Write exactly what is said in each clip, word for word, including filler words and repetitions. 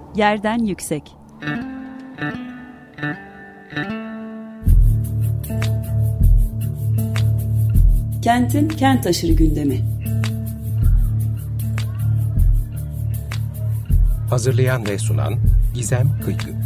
Yerden yüksek. Kentin kent aşırı gündemi. Hazırlayan ve sunan Gizem Kıykı.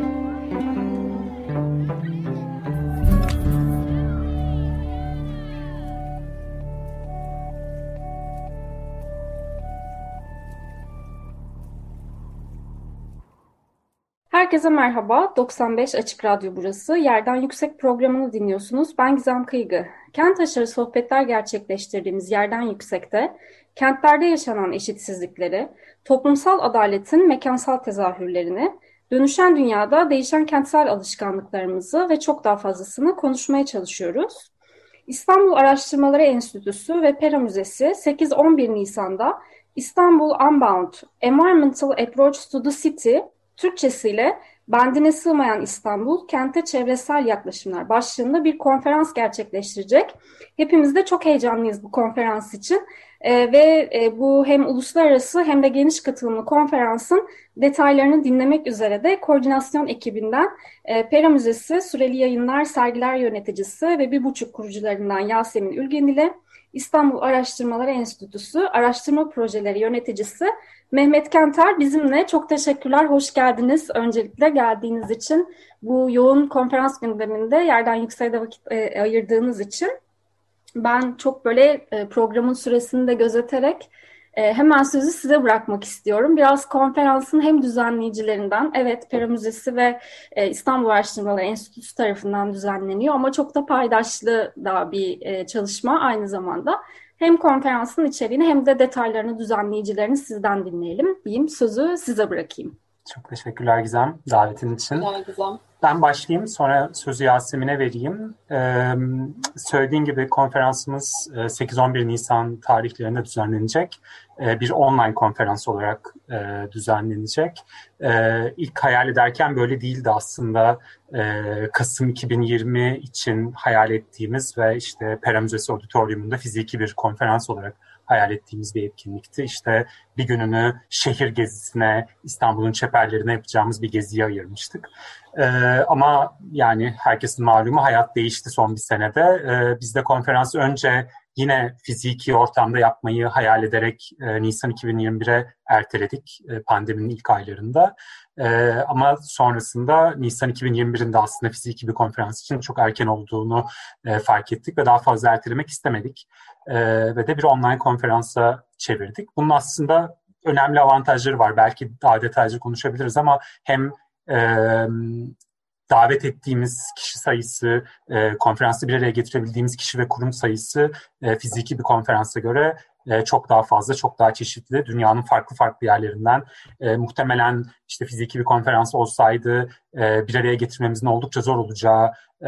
Herkese merhaba. doksan beş Açık Radyo burası. Yerden Yüksek programını dinliyorsunuz. Ben Gizem Kıygı. Kent aşırı sohbetler gerçekleştirdiğimiz Yerden Yüksek'te kentlerde yaşanan eşitsizlikleri, toplumsal adaletin mekansal tezahürlerini, dönüşen dünyada değişen kentsel alışkanlıklarımızı ve çok daha fazlasını konuşmaya çalışıyoruz. İstanbul Araştırmaları Enstitüsü ve Pera Müzesi sekiz on bir Nisan'da İstanbul Unbound, Environmental Approach to the City, Türkçesiyle Bendine Sığmayan İstanbul, Kente Çevresel Yaklaşımlar başlığında bir konferans gerçekleştirecek. Hepimiz de çok heyecanlıyız bu konferans için ee, ve e, bu hem uluslararası hem de geniş katılımlı konferansın detaylarını dinlemek üzere de koordinasyon ekibinden e, Pera Müzesi Süreli Yayınlar Sergiler Yöneticisi ve bir buçuk kurucularından Yasemin Ülgen ile İstanbul Araştırmaları Enstitüsü Araştırma Projeleri Yöneticisi Mehmet Kenter bizimle. Çok teşekkürler, hoş geldiniz. Öncelikle geldiğiniz için, bu yoğun konferans gündeminde Yerden Yüksek'te vakit e, ayırdığınız için. Ben çok böyle e, programın süresini de gözeterek e, hemen sözü size bırakmak istiyorum. Biraz konferansın hem düzenleyicilerinden, evet Pera Müzesi ve e, İstanbul Araştırmaları Enstitüsü tarafından düzenleniyor ama çok da paydaşlı da bir e, çalışma aynı zamanda. Hem konferansın içeriğini hem de detaylarını, düzenleyicilerini sizden dinleyelim diyeyim. Sözü size bırakayım. Çok teşekkürler Gizem davetin için. Teşekkürler Gizem. Ben başlayayım, sonra sözü Yasemin'e vereyim. Ee, söylediğin gibi konferansımız sekiz on bir Nisan tarihlerinde düzenlenecek. Ee, bir online konferans olarak e, düzenlenecek. Ee, ilk hayal ederken böyle değildi aslında. Ee, Kasım iki bin yirmi için hayal ettiğimiz ve işte Pera Müzesi Auditorium'unda fiziki bir konferans olarak hayal ettiğimiz bir etkinlikti. İşte bir gününü şehir gezisine, İstanbul'un çeperlerine yapacağımız bir geziye ayırmıştık. Ee, ama yani herkesin malumu hayat değişti son bir senede. Ee, biz de konferansı önce yine fiziki ortamda yapmayı hayal ederek e, Nisan iki bin yirmi bire erteledik e, pandeminin ilk aylarında. E, ama sonrasında Nisan iki bin yirmi birin de aslında fiziki bir konferans için çok erken olduğunu e, fark ettik ve daha fazla ertelemek istemedik. E, ve de bir online konferansa çevirdik. Bunun aslında önemli avantajları var. Belki daha detaylıca konuşabiliriz ama hem e, davet ettiğimiz kişi sayısı, e, konferansı bir araya getirebildiğimiz kişi ve kurum sayısı e, fiziki bir konferansa göre e, çok daha fazla, çok daha çeşitli. Dünyanın farklı farklı yerlerinden e, muhtemelen işte fiziki bir konferans olsaydı e, bir araya getirmemizin oldukça zor olacağı e,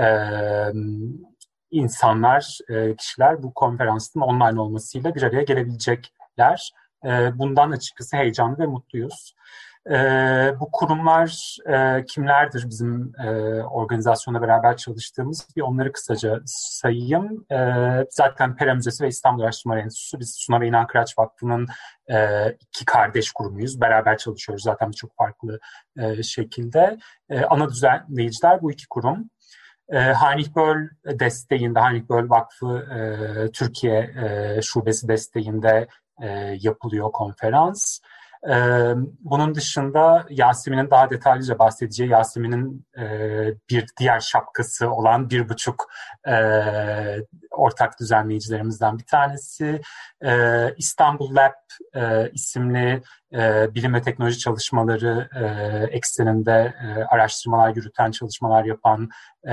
insanlar, e, kişiler bu konferansın online olmasıyla bir araya gelebilecekler. E, bundan açıkçası heyecanlı ve mutluyuz. Ee, bu kurumlar e, kimlerdir bizim e, organizasyonla beraber çalıştığımız? Bir onları kısaca sayayım. E, zaten Pera Müzesi ve İstanbul Araştırmaları Enstitüsü, biz Suna ve İnan Kıraç Vakfı'nın e, iki kardeş kurumuyuz. Beraber çalışıyoruz zaten birçok farklı e, şekilde. E, ana düzenleyiciler bu iki kurum. E, Heinrich Böll desteğinde, Heinrich Böll Vakfı e, Türkiye e, şubesi desteğinde e, yapılıyor konferans. Ee, bunun dışında Yasemin'in daha detaylıca bahsedeceği, Yasemin'in e, bir diğer şapkası olan bir buçuk e, ortak düzenleyicilerimizden bir tanesi. E, İstanbul Lab e, isimli e, bilim ve teknoloji çalışmaları e, ekseninde e, araştırmalar yürüten, çalışmalar yapan e,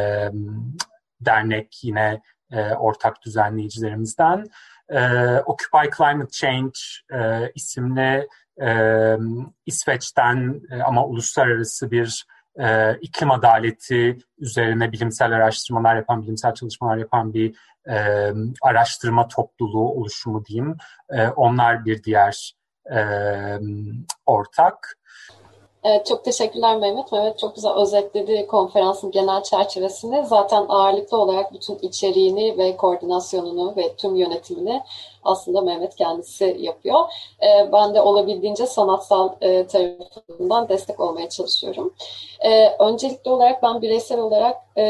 dernek yine e, ortak düzenleyicilerimizden. Ee, Occupy Climate Change e, isimli e, İsveç'ten e, ama uluslararası bir e, iklim adaleti üzerine bilimsel araştırmalar yapan, bilimsel çalışmalar yapan bir e, araştırma topluluğu oluşumu diyeyim. E, onlar bir diğer e, ortak. Evet, çok teşekkürler Mehmet. Mehmet çok güzel özetledi konferansın genel çerçevesini. Zaten ağırlıklı olarak bütün içeriğini ve koordinasyonunu ve tüm yönetimini aslında Mehmet kendisi yapıyor. Ee, ben de olabildiğince sanatsal e, tarafından destek olmaya çalışıyorum. Ee, öncelikli olarak ben bireysel olarak e,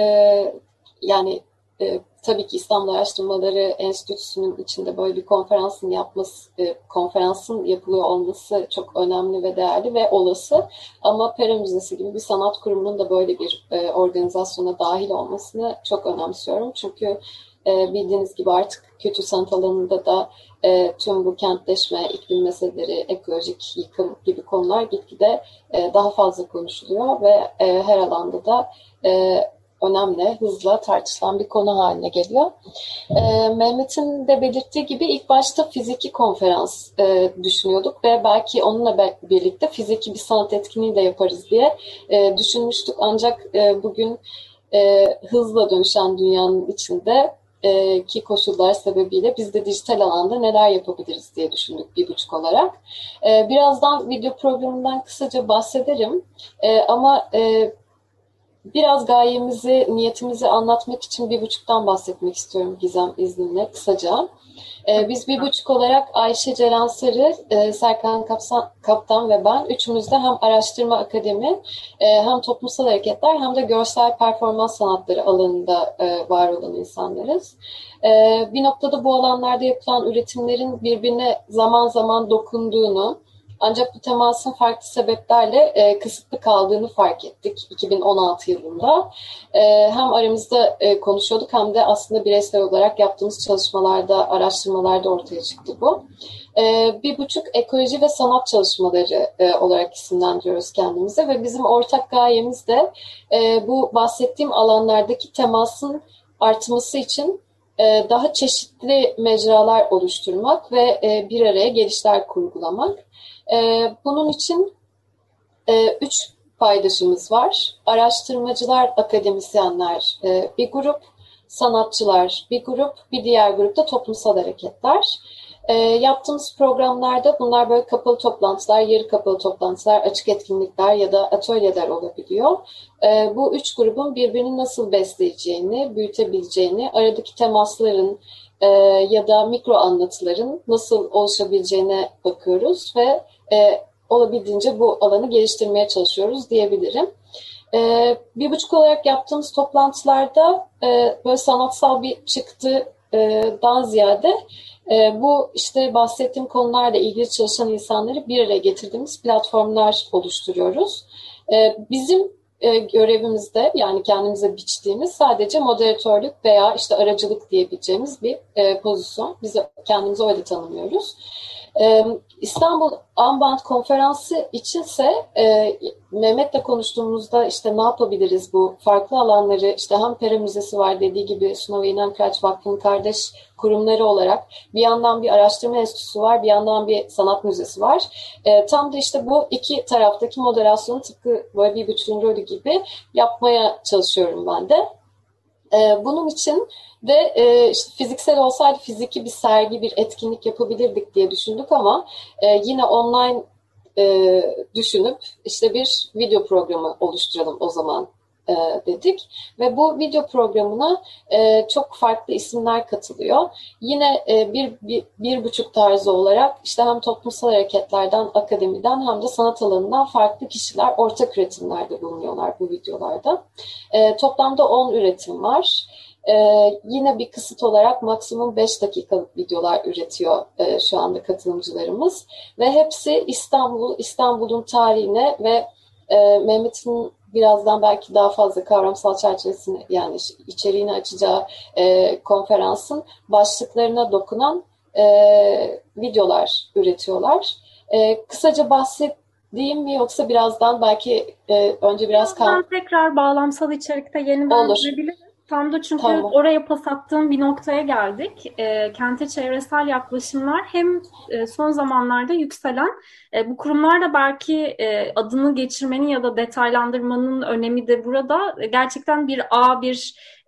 yani e, tabii ki İstanbul Araştırmaları Enstitüsü'nün içinde böyle bir konferansın yapması, e, konferansın yapılıyor olması çok önemli ve değerli ve olası. Ama Pera Müzesi gibi bir sanat kurumunun da böyle bir e, organizasyona dahil olmasını çok önemsiyorum. Çünkü e, bildiğiniz gibi artık kültür sanat alanında da e, tüm bu kentleşme, iklim meseleleri, ekolojik yıkım gibi konular gitgide e, daha fazla konuşuluyor ve e, her alanda da e, önemli, hızla tartışılan bir konu haline geliyor. E, Mehmet'in de belirttiği gibi ilk başta fiziki konferans e, düşünüyorduk ve belki onunla birlikte fiziki bir sanat etkinliği de yaparız diye e, düşünmüştük. Ancak e, bugün e, hızla dönüşen dünyanın içinde e, ki koşullar sebebiyle biz de dijital alanda neler yapabiliriz diye düşündük bir buçuk olarak. E, birazdan video programından kısaca bahsederim e, ama e, biraz gayemizi, niyetimizi anlatmak için bir buçuktan bahsetmek istiyorum Gizem izninle kısaca. Ee, biz bir buçuk olarak Ayşe Ceren Sarı, e, Serkan Kapsan, Kaptan ve ben üçümüz de hem araştırma akademi e, hem toplumsal hareketler hem de görsel performans sanatları alanında e, var olan insanlarız. E, bir noktada bu alanlarda yapılan üretimlerin birbirine zaman zaman dokunduğunu, ancak bu temasın farklı sebeplerle e, kısıtlı kaldığını fark ettik iki bin on altı yılında. E, hem aramızda e, konuşuyorduk hem de aslında bireysel olarak yaptığımız çalışmalarda, araştırmalarda ortaya çıktı bu. E, bir buçuk ekoloji ve sanat çalışmaları e, olarak isimlendiriyoruz kendimize ve bizim ortak gayemiz de e, bu bahsettiğim alanlardaki temasın artması için e, daha çeşitli mecralar oluşturmak ve e, bir araya gelişler kurgulamak. Ee, bunun için e, üç paydaşımız var. Araştırmacılar, akademisyenler e, bir grup, sanatçılar bir grup, bir diğer grupta toplumsal hareketler. E, yaptığımız programlarda bunlar böyle kapalı toplantılar, yarı kapalı toplantılar, açık etkinlikler ya da atölyeler olabiliyor. E, bu üç grubun birbirini nasıl besleyeceğini, büyütebileceğini, aradaki temasların e, ya da mikro anlatıların nasıl oluşabileceğine bakıyoruz ve e, olabildiğince bu alanı geliştirmeye çalışıyoruz diyebilirim. E, bir buçuk olarak yaptığımız toplantılarda e, böyle sanatsal bir çıktıdan ziyade e, bu işte bahsettiğim konularla ilgili çalışan insanları bir araya getirdiğimiz platformlar oluşturuyoruz. E, bizim e, görevimizde yani kendimize biçtiğimiz sadece moderatörlük veya işte aracılık diyebileceğimiz bir e, pozisyon. Biz kendimizi öyle tanımlıyoruz. Ee, İstanbul Unbound konferansı içinse e, Mehmet'le konuştuğumuzda işte ne yapabiliriz bu farklı alanları işte hem Pera Müzesi var dediği gibi Suna ve İnan Kıraç Vakfı'nın kardeş kurumları olarak bir yandan bir araştırma enstitüsü var bir yandan bir sanat müzesi var. E, tam da işte bu iki taraftaki moderasyonu tıpkı böyle bir bütçün rolü gibi yapmaya çalışıyorum ben de. E, bunun için de e, işte fiziksel olsaydı fiziki bir sergi, bir etkinlik yapabilirdik diye düşündük ama e, yine online e, düşünüp işte bir video programı oluşturalım o zaman e, dedik. Ve bu video programına e, çok farklı isimler katılıyor. Yine e, bir, bir, bir buçuk tarzı olarak işte hem toplumsal hareketlerden, akademiden hem de sanat alanından farklı kişiler ortak üretimlerde bulunuyorlar bu videolarda. E, toplamda on üretim var. Ee, yine bir kısıt olarak maksimum beş dakikalık videolar üretiyor e, şu anda katılımcılarımız ve hepsi İstanbul, İstanbul'un tarihine ve e, Mehmet'in birazdan belki daha fazla kavramsal çerçevesini yani içeriğini açacağı e, konferansın başlıklarına dokunan e, videolar üretiyorlar. E, kısaca bahsedeyim mi yoksa birazdan belki e, önce biraz kal- tekrar bağlamsal içerikte yeniden girebiliriz. Tam da çünkü tamam. Oraya pas attığım bir noktaya geldik. E, kente çevresel yaklaşımlar hem e, son zamanlarda yükselen, e, bu kurumlarla belki e, adını geçirmenin ya da detaylandırmanın önemi de burada. E, gerçekten bir ağ, bir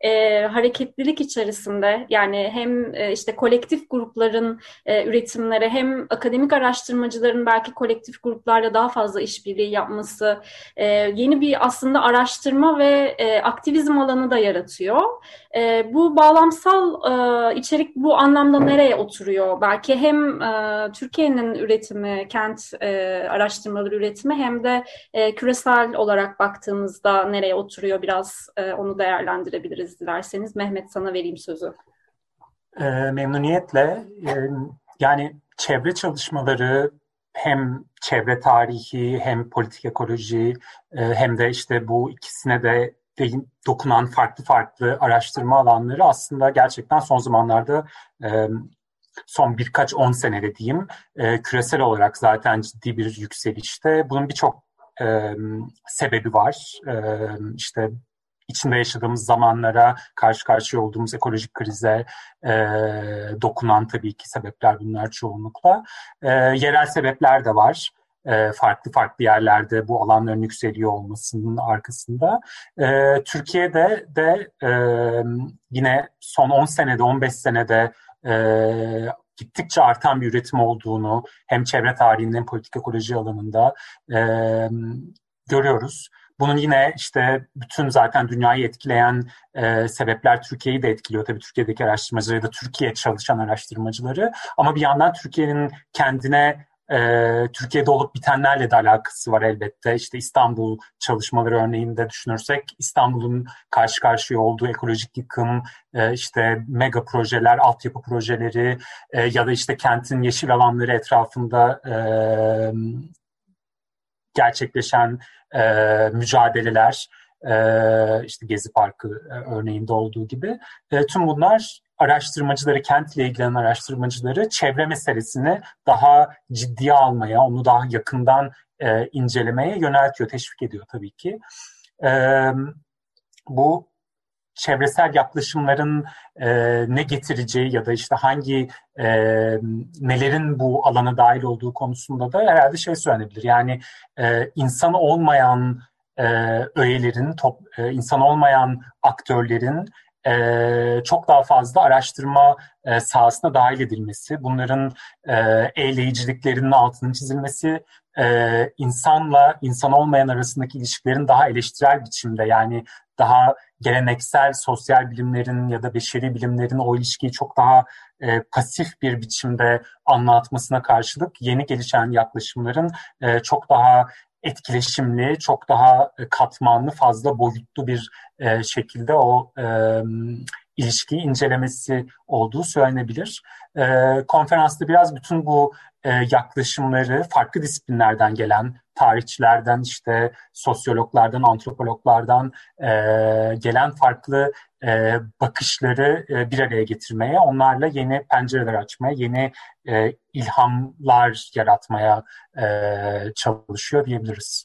e, hareketlilik içerisinde, yani hem e, işte kolektif grupların e, üretimlere hem akademik araştırmacıların belki kolektif gruplarla daha fazla işbirliği yapması e, yeni bir aslında araştırma ve e, aktivizm alanı da yaratıyor. E, bu bağlamsal e, içerik bu anlamda nereye oturuyor? Belki hem e, Türkiye'nin üretimi, kent e, araştırmaları üretimi hem de e, küresel olarak baktığımızda nereye oturuyor, biraz e, onu değerlendirebiliriz dilerseniz. Mehmet, sana vereyim sözü. E, memnuniyetle. E, yani çevre çalışmaları hem çevre tarihi hem politik ekoloji e, hem de işte bu ikisine de dokunan farklı farklı araştırma alanları aslında gerçekten son zamanlarda e, son birkaç on senede diyeyim e, küresel olarak zaten ciddi bir yükselişte. Bunun birçok e, sebebi var. E, işte içinde yaşadığımız zamanlara, karşı karşıya olduğumuz ekolojik krize e, dokunan tabii ki sebepler bunlar çoğunlukla. E, yerel sebepler de var. E, farklı farklı yerlerde bu alanların yükseliyor olmasının arkasında. E, Türkiye'de de e, yine son on senede, on beş senede e, gittikçe artan bir üretim olduğunu hem çevre tarihinin hem politik ekoloji alanında e, görüyoruz. Bunun yine işte bütün zaten dünyayı etkileyen e, sebepler Türkiye'yi de etkiliyor. Tabii Türkiye'deki araştırmacıları ya da Türkiye'ye çalışan araştırmacıları. Ama bir yandan Türkiye'nin kendine e, Türkiye'de olup bitenlerle de alakası var elbette. İşte İstanbul çalışmaları örneğinde düşünürsek İstanbul'un karşı karşıya olduğu ekolojik yıkım, e, işte mega projeler, altyapı projeleri e, ya da işte kentin yeşil alanları etrafında e, gerçekleşen e, mücadeleler, e, işte Gezi Parkı e, örneğinde olduğu gibi e, tüm bunlar araştırmacıları, kentle ilgilenen araştırmacıları çevre meselesini daha ciddiye almaya, onu daha yakından e, incelemeye yöneltiyor, teşvik ediyor tabii ki. E, bu çevresel yaklaşımların e, ne getireceği ya da işte hangi e, nelerin bu alana dahil olduğu konusunda da herhalde şey söylenebilir. Yani e, insan olmayan e, öğelerin, top, e, insan olmayan aktörlerin e, çok daha fazla araştırma e, sahasına dahil edilmesi, bunların e, eyleyiciliklerinin altının çizilmesi, e, insanla insan olmayan arasındaki ilişkilerin daha eleştirel biçimde, yani daha geleneksel sosyal bilimlerin ya da beşeri bilimlerin o ilişkiyi çok daha e, pasif bir biçimde anlatmasına karşılık yeni gelişen yaklaşımların e, çok daha etkileşimli, çok daha katmanlı, fazla boyutlu bir e, şekilde o e, ilişkiyi incelemesi olduğu söylenebilir. E, konferansta biraz bütün bu e, yaklaşımları farklı disiplinlerden gelen, tarihçilerden, işte sosyologlardan, antropologlardan e, gelen farklı e, bakışları e, bir araya getirmeye, onlarla yeni pencereler açmaya, yeni e, ilhamlar yaratmaya e, çalışıyor diyebiliriz.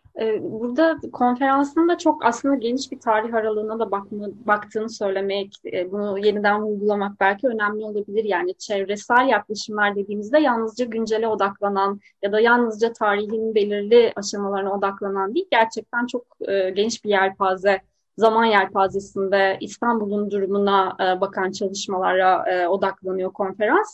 Burada konferansın da çok aslında geniş bir tarih aralığına da bakma, baktığını söylemek, bunu yeniden vurgulamak belki önemli olabilir. Yani çevresel yaklaşımlar dediğimizde yalnızca güncele odaklanan ya da yalnızca tarihin belirli aşamalarına odaklanan değil, gerçekten çok geniş bir yelpaze, zaman yelpazesinde İstanbul'un durumuna bakan çalışmalara odaklanıyor konferans.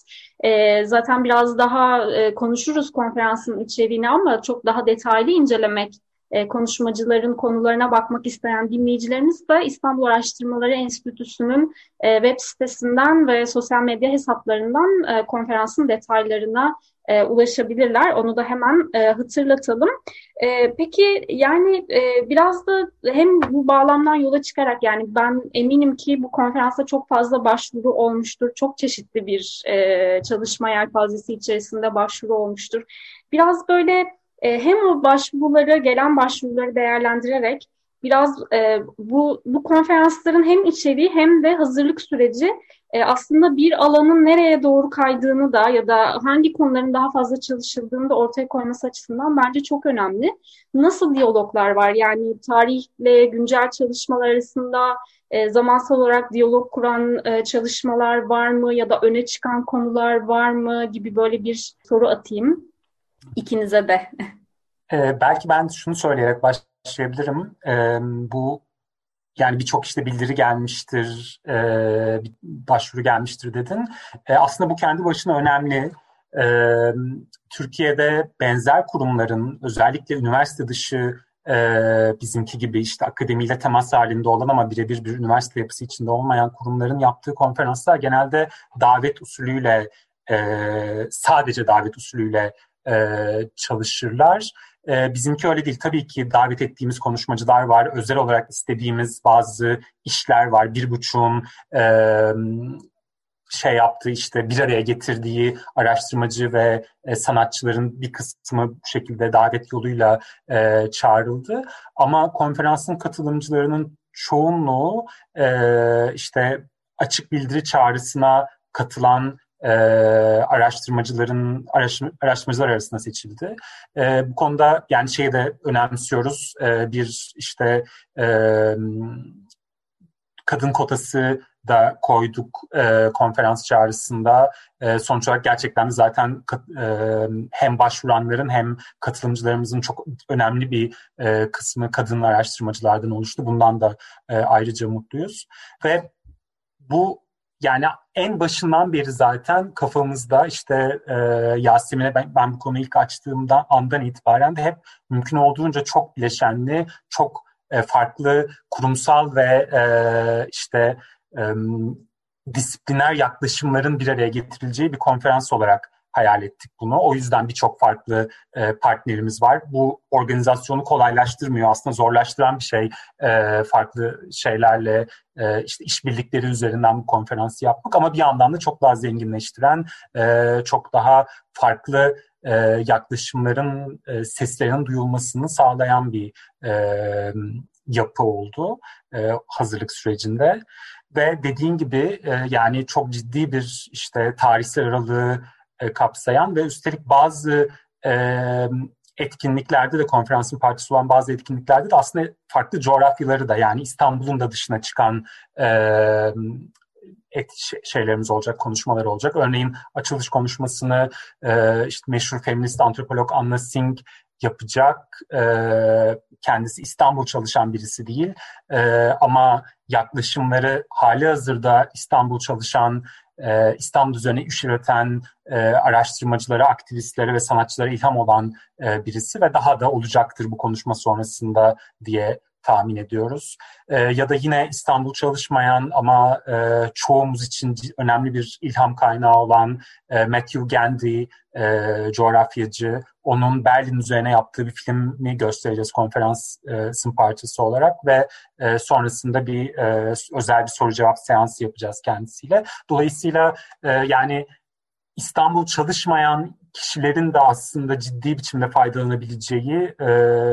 Zaten biraz daha konuşuruz konferansın içeriğini ama çok daha detaylı incelemek, konuşmacıların konularına bakmak isteyen dinleyicilerimiz de İstanbul Araştırmaları Enstitüsü'nün web sitesinden ve sosyal medya hesaplarından konferansın detaylarına ulaşabilirler. Onu da hemen hatırlatalım. Peki yani biraz da hem bu bağlamdan yola çıkarak, yani ben eminim ki bu konferansa çok fazla başvuru olmuştur. Çok çeşitli bir çalışma yelpazesi içerisinde başvuru olmuştur. Biraz böyle hem o başvuruları, gelen başvuruları değerlendirerek biraz e, bu bu konferansların hem içeriği hem de hazırlık süreci e, aslında bir alanın nereye doğru kaydığını da ya da hangi konuların daha fazla çalışıldığını da ortaya koyması açısından bence çok önemli. Nasıl diyaloglar var? Yani tarihle güncel çalışmalar arasında e, zamansal olarak diyalog kuran e, çalışmalar var mı ya da öne çıkan konular var mı gibi böyle bir soru atayım ikinize de. Ee, belki ben şunu söyleyerek başlayabilirim. Ee, bu yani birçok işte bildiri gelmiştir, e, başvuru gelmiştir dedin. E, aslında bu kendi başına önemli. E, Türkiye'de benzer kurumların, özellikle üniversite dışı e, bizimki gibi işte akademiyle temas halinde olan ama birebir bir üniversite yapısı içinde olmayan kurumların yaptığı konferanslar genelde davet usulüyle, e, sadece davet usulüyle e, çalışırlar. Ee, bizimki öyle değil. Tabii ki davet ettiğimiz konuşmacılar var. Özel olarak istediğimiz bazı işler var. Bir buçuğun e, şey yaptığı işte bir araya getirdiği araştırmacı ve e, sanatçıların bir kısmı bu şekilde davet yoluyla e, çağrıldı. Ama konferansın katılımcılarının çoğunluğu e, işte açık bildiri çağrısına katılan E, araştırmacıların araştırmacılar arasında seçildi. E, bu konuda yani şeyi de önemsiyoruz. E, bir işte e, kadın kotası da koyduk e, konferans çağrısında. E, sonuç olarak gerçekten de zaten e, hem başvuranların hem katılımcılarımızın çok önemli bir e, kısmı kadın araştırmacılardan oluştu. Bundan da e, ayrıca mutluyuz. Ve bu yani en başından beri zaten kafamızda işte e, Yasemin'e ben, ben bu konuyu ilk açtığımda andan itibaren de hep mümkün olduğunca çok bileşenli, çok e, farklı kurumsal ve e, işte e, disipliner yaklaşımların bir araya getirileceği bir konferans olarak hayal ettik bunu. O yüzden birçok farklı e, partnerimiz var. Bu organizasyonu kolaylaştırmıyor. Aslında zorlaştıran bir şey. E, farklı şeylerle e, işte işbirlikleri üzerinden bu konferansı yapmak ama bir yandan da çok daha zenginleştiren, e, çok daha farklı e, yaklaşımların, e, seslerinin duyulmasını sağlayan bir e, yapı oldu e, hazırlık sürecinde. Ve dediğin gibi e, yani çok ciddi bir işte tarihsel aralığı e, kapsayan ve üstelik bazı e, etkinliklerde de konferansın parçası olan bazı etkinliklerde de aslında farklı coğrafyaları da yani İstanbul'un da dışına çıkan e, et şeylerimiz olacak, konuşmalar olacak. Örneğin açılış konuşmasını e, işte meşhur feminist antropolog Anna Singh yapacak. E, kendisi İstanbul çalışan birisi değil e, ama yaklaşımları halihazırda İstanbul çalışan, e, İstanbul üzerine iş üreten e, araştırmacılara, aktivistlere ve sanatçılara ilham olan e, birisi ve daha da olacaktır bu konuşma sonrasında diye tahmin ediyoruz. E, ya da yine İstanbul çalışmayan ama e, çoğumuz için önemli bir ilham kaynağı olan e, Matthew Gandy, e, coğrafyacı. Onun Berlin üzerine yaptığı bir filmi göstereceğiz konferansın parçası olarak ve e, sonrasında bir e, özel bir soru cevap seansı yapacağız kendisiyle. Dolayısıyla e, yani İstanbul çalışmayan kişilerin de aslında ciddi biçimde faydalanabileceği e,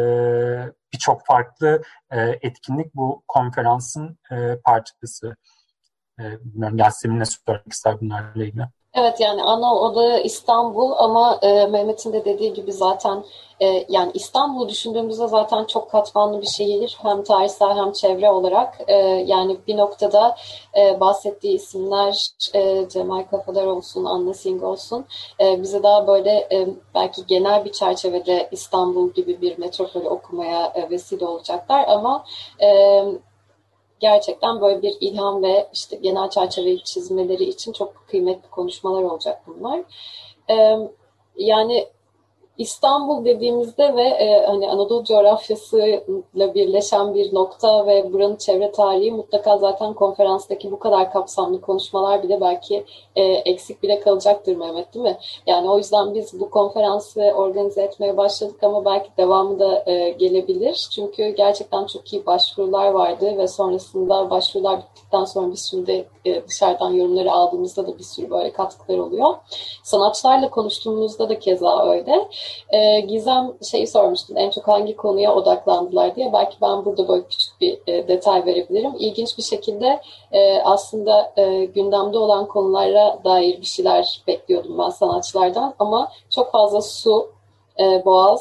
birçok farklı e, etkinlik bu konferansın e, parçası. E, bilmiyorum Yasemin ne söylemek ister bunlarla ilgili? Evet, yani ana odağı İstanbul ama e, Mehmet'in de dediği gibi zaten e, yani İstanbul'u düşündüğümüzde zaten çok katmanlı bir şehir, hem tarihsel hem çevre olarak. E, yani bir noktada e, bahsettiği isimler e, Cemal Kafadar olsun, Anna Singh olsun e, bize daha böyle e, belki genel bir çerçevede İstanbul gibi bir metropolü okumaya e, vesile olacaklar ama e, gerçekten böyle bir ilham ve işte genel çerçeveyi çizmeleri için çok kıymetli konuşmalar olacak bunlar. Ee, yani İstanbul dediğimizde ve e, hani Anadolu coğrafyasıyla birleşen bir nokta ve buranın çevre tarihi mutlaka zaten konferanstaki bu kadar kapsamlı konuşmalar bile belki e, eksik bile kalacaktır Mehmet, değil mi? Yani o yüzden biz bu konferansı organize etmeye başladık ama belki devamı da e, gelebilir. Çünkü gerçekten çok iyi başvurular vardı ve sonrasında başvurular bittikten sonra bir sürü de e, dışarıdan yorumları aldığımızda da bir sürü böyle katkılar oluyor. Sanatçılarla konuştuğumuzda da keza öyle. Ee, Gizem şeyi sormuştun, en çok hangi konuya odaklandılar diye. Belki ben burada böyle küçük bir e, detay verebilirim. İlginç bir şekilde e, aslında e, gündemde olan konulara dair bir şeyler bekliyordum ben sanatçılardan ama çok fazla su, e, boğaz,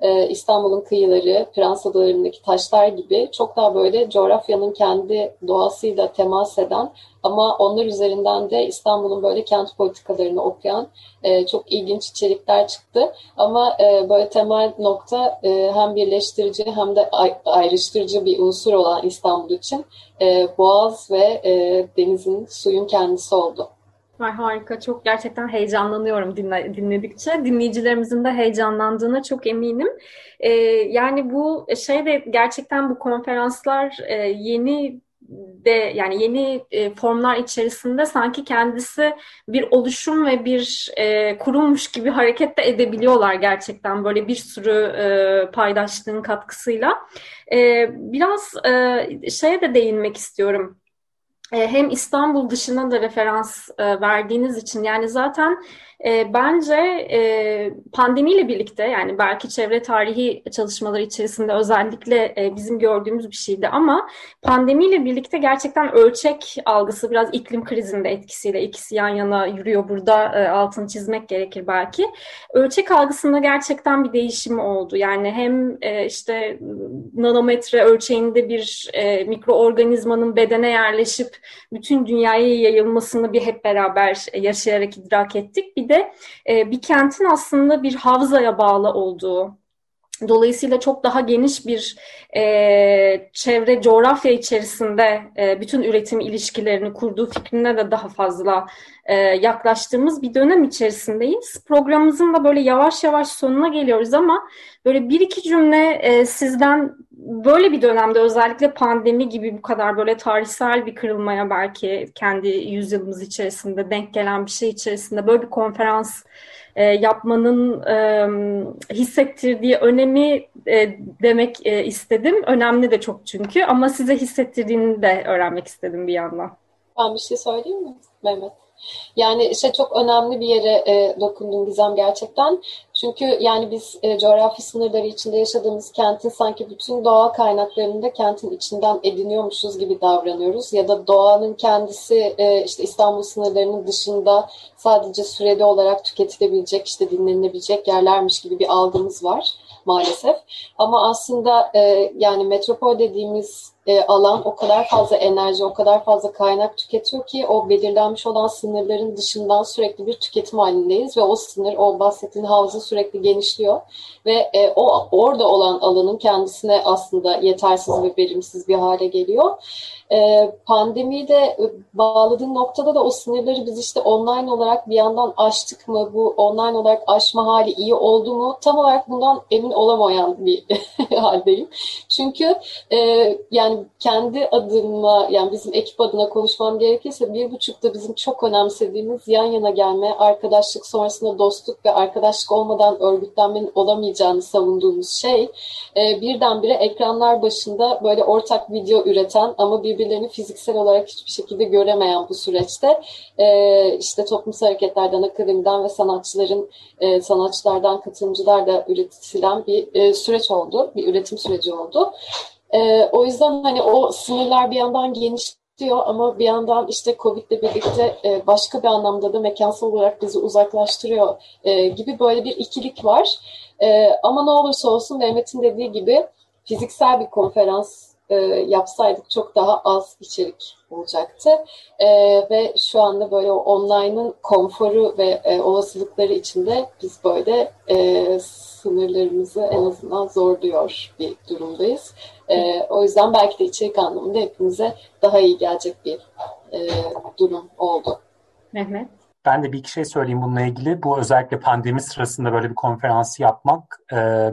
e, İstanbul'un kıyıları, Prens Adaları'ndaki taşlar gibi çok daha böyle coğrafyanın kendi doğasıyla temas eden ama onlar üzerinden de İstanbul'un böyle kent politikalarını okuyan e, çok ilginç içerikler çıktı. Ama e, böyle temel nokta e, hem birleştirici hem de ay- ayrıştırıcı bir unsur olan İstanbul için e, Boğaz ve e, denizin, suyun kendisi oldu. Ay, harika. Çok gerçekten heyecanlanıyorum dinle, dinledikçe. Dinleyicilerimizin de heyecanlandığına çok eminim. Ee, yani bu şey de gerçekten bu konferanslar e, yeni de yani yeni e, formlar içerisinde sanki kendisi bir oluşum ve bir e, kurummuş gibi hareket de edebiliyorlar gerçekten böyle bir sürü e, paydaşlığın katkısıyla. E, biraz e, şeye de değinmek istiyorum. Hem İstanbul dışına da referans e, verdiğiniz için yani zaten e, bence e, pandemiyle birlikte yani belki çevre tarihi çalışmaları içerisinde özellikle e, bizim gördüğümüz bir şeydi ama pandemiyle birlikte gerçekten ölçek algısı biraz iklim krizinde etkisiyle ikisi yan yana yürüyor burada e, altını çizmek gerekir belki. Ölçek algısında gerçekten bir değişim oldu. Yani hem e, işte nanometre ölçeğinde bir e, mikroorganizmanın bedene yerleşip bütün dünyaya yayılmasını bir hep beraber yaşayarak idrak ettik. Bir de e, bir kentin aslında bir havzaya bağlı olduğu, dolayısıyla çok daha geniş bir e, çevre, coğrafya içerisinde e, bütün üretim ilişkilerini kurduğu fikrine de daha fazla e, yaklaştığımız bir dönem içerisindeyiz. Programımızın da böyle yavaş yavaş sonuna geliyoruz ama böyle bir iki cümle e, sizden böyle bir dönemde özellikle pandemi gibi bu kadar böyle tarihsel bir kırılmaya belki kendi yüzyılımız içerisinde denk gelen bir şey içerisinde böyle bir konferans E, yapmanın e, hissettirdiği önemi e, demek e, istedim. Önemli de çok çünkü ama size hissettirdiğini de öğrenmek istedim bir yandan. Ben bir şey söyleyeyim mi Mehmet? Yani işte çok önemli bir yere e, dokundun Gizem gerçekten. Çünkü yani biz e, coğrafi sınırları içinde yaşadığımız kentin sanki bütün doğa kaynaklarını da kentin içinden ediniyormuşuz gibi davranıyoruz. Ya da doğanın kendisi e, işte İstanbul sınırlarının dışında sadece süreli olarak tüketilebilecek, işte dinlenilebilecek yerlermiş gibi bir algımız var maalesef. Ama aslında e, yani metropol dediğimiz e, alan o kadar fazla enerji, o kadar fazla kaynak tüketiyor ki o belirlenmiş olan sınırların dışından sürekli bir tüketim halindeyiz ve o sınır, o bahsettiğin havza sürekli genişliyor ve e, o orada olan alanın kendisine aslında yetersiz ve verimsiz bir hale geliyor. E, pandemiyi de bağladığın noktada da o sınırları biz işte online olarak bir yandan aştık mı? Bu online olarak aşma hali iyi oldu mu? Tam olarak bundan emin olamayan bir haldeyim. Çünkü e, yani kendi adıma, yani bizim ekip adına konuşmam gerekirse bir buçukta bizim çok önemsediğimiz yan yana gelme, arkadaşlık sonrasında dostluk ve arkadaşlık olmadan örgütlenmenin olamayacağını savunduğumuz şey e, birdenbire ekranlar başında böyle ortak video üreten ama birbirlerini fiziksel olarak hiçbir şekilde göremeyen bu süreçte e, işte toplumsal hareketlerden, akademiden ve sanatçıların e, sanatçılardan, katılımcılarla üretilen bir e, süreç oldu, bir üretim süreci oldu. Ee, o yüzden hani o sınırlar bir yandan genişliyor ama bir yandan işte Covid'le birlikte e, başka bir anlamda da mekansal olarak bizi uzaklaştırıyor e, gibi böyle bir ikilik var. E, ama ne olursa olsun Mehmet'in dediği gibi fiziksel bir konferans e, yapsaydık çok daha az içerik olacaktı. E, ve şu anda böyle o online'ın konforu ve e, olasılıkları içinde biz böyle e, sınırlarımızı en azından zorluyor bir durumdayız. E, o yüzden belki de içerik anlamında hepimize daha iyi gelecek bir e, durum oldu. Mehmet? Ben de bir iki şey söyleyeyim bununla ilgili. Bu özellikle pandemi sırasında böyle bir konferansı yapmak. E,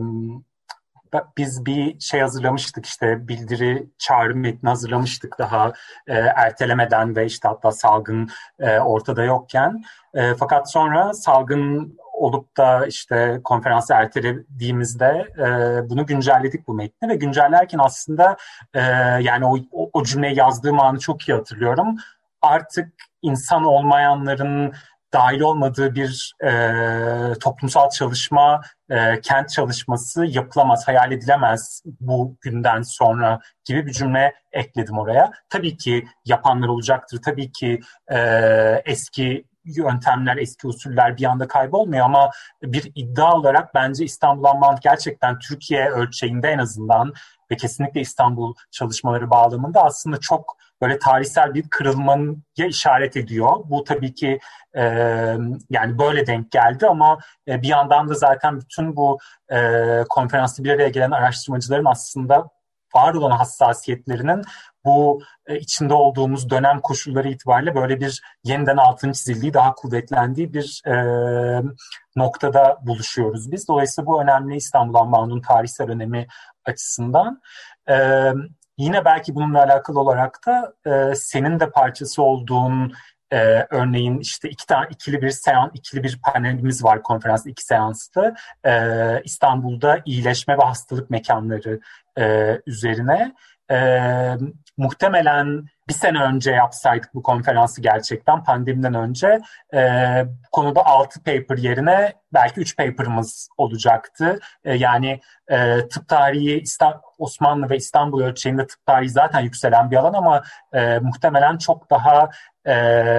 biz bir şey hazırlamıştık, işte bildiri çağrı metni hazırlamıştık daha e, ertelemeden ve işte hatta salgın e, ortada yokken. E, fakat sonra salgın olup da işte konferansı ertelediğimizde e, bunu güncelledik bu metni ve güncellerken aslında e, yani o, o, o cümleyi yazdığım anı çok iyi hatırlıyorum. Artık insan olmayanların dahil olmadığı bir e, toplumsal çalışma, e, kent çalışması yapılamaz, hayal edilemez bu günden sonra gibi bir cümle ekledim oraya. Tabii ki yapanlar olacaktır, tabii ki e, eski yöntemler, eski usuller bir anda kaybolmuyor ama bir iddia olarak bence İstanbul Unbound gerçekten Türkiye ölçeğinde en azından ve kesinlikle İstanbul çalışmaları bağlamında aslında çok böyle tarihsel bir kırılmaya işaret ediyor. Bu tabii ki e, yani böyle denk geldi ama e, bir yandan da zaten bütün bu e, konferansta bir araya gelen araştırmacıların aslında var olan hassasiyetlerinin bu e, içinde olduğumuz dönem koşulları itibariyle böyle bir yeniden altını çizildiği, daha kuvvetlendiği bir e, noktada buluşuyoruz biz. Dolayısıyla bu önemli İstanbul Unbound'un tarihsel önemi açısından. E, yine belki bununla alakalı olarak da e, senin de parçası olduğun Ee, örneğin işte iki tane ikili bir seans, ikili bir panelimiz var konferansta, iki seansta. Ee, İstanbul'da iyileşme ve hastalık mekanları e, üzerine. Ee, muhtemelen bir sene önce yapsaydık bu konferansı gerçekten pandemiden önce e, bu konuda altı paper yerine belki üç paper'ımız olacaktı. E, yani e, tıp tarihi İsta- Osmanlı ve İstanbul ölçeğinde tıp tarihi zaten yükselen bir alan ama e, muhtemelen çok daha e,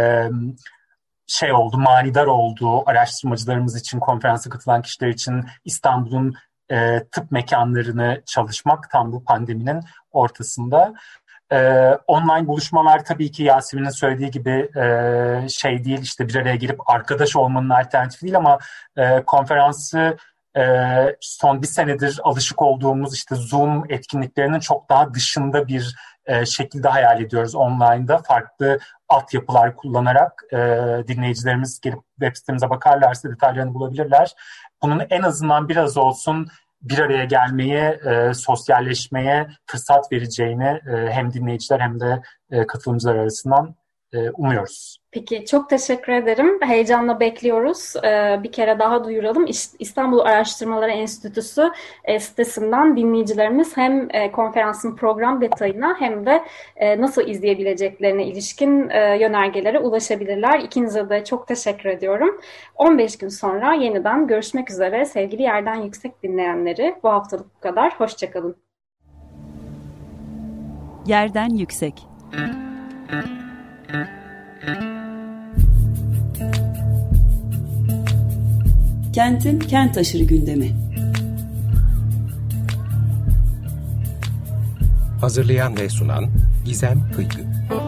şey oldu, manidar oldu araştırmacılarımız için, konferansa katılan kişiler için İstanbul'un e, tıp mekanlarını çalışmak tam bu pandeminin ortasında. Ee, online buluşmalar tabii ki Yasemin'in söylediği gibi e, şey değil, işte bir araya gelip arkadaş olmanın alternatifi değil ama e, konferansı e, son bir senedir alışık olduğumuz işte Zoom etkinliklerinin çok daha dışında bir e, şekilde hayal ediyoruz online'da. Farklı altyapılar kullanarak e, dinleyicilerimiz gelip web sitemize bakarlarsa detaylarını bulabilirler. Bunun en azından biraz olsun bir araya gelmeye, e, sosyalleşmeye fırsat vereceğini e, hem dinleyiciler hem de e, katılımcılar arasından e, umuyoruz. Peki, çok teşekkür ederim. Heyecanla bekliyoruz. Ee, bir kere daha duyuralım. İstanbul Araştırmaları Enstitüsü e, sitesinden dinleyicilerimiz hem e, konferansın program detayına hem de e, nasıl izleyebileceklerine ilişkin e, yönergelere ulaşabilirler. İkinize de çok teşekkür ediyorum. on beş gün sonra yeniden görüşmek üzere sevgili Yerden Yüksek dinleyenleri. Bu haftalık bu kadar. Hoşçakalın. Yerden Yüksek. Kentin kent aşırı gündemi. Hazırlayan ve sunan Gizem Kıykı.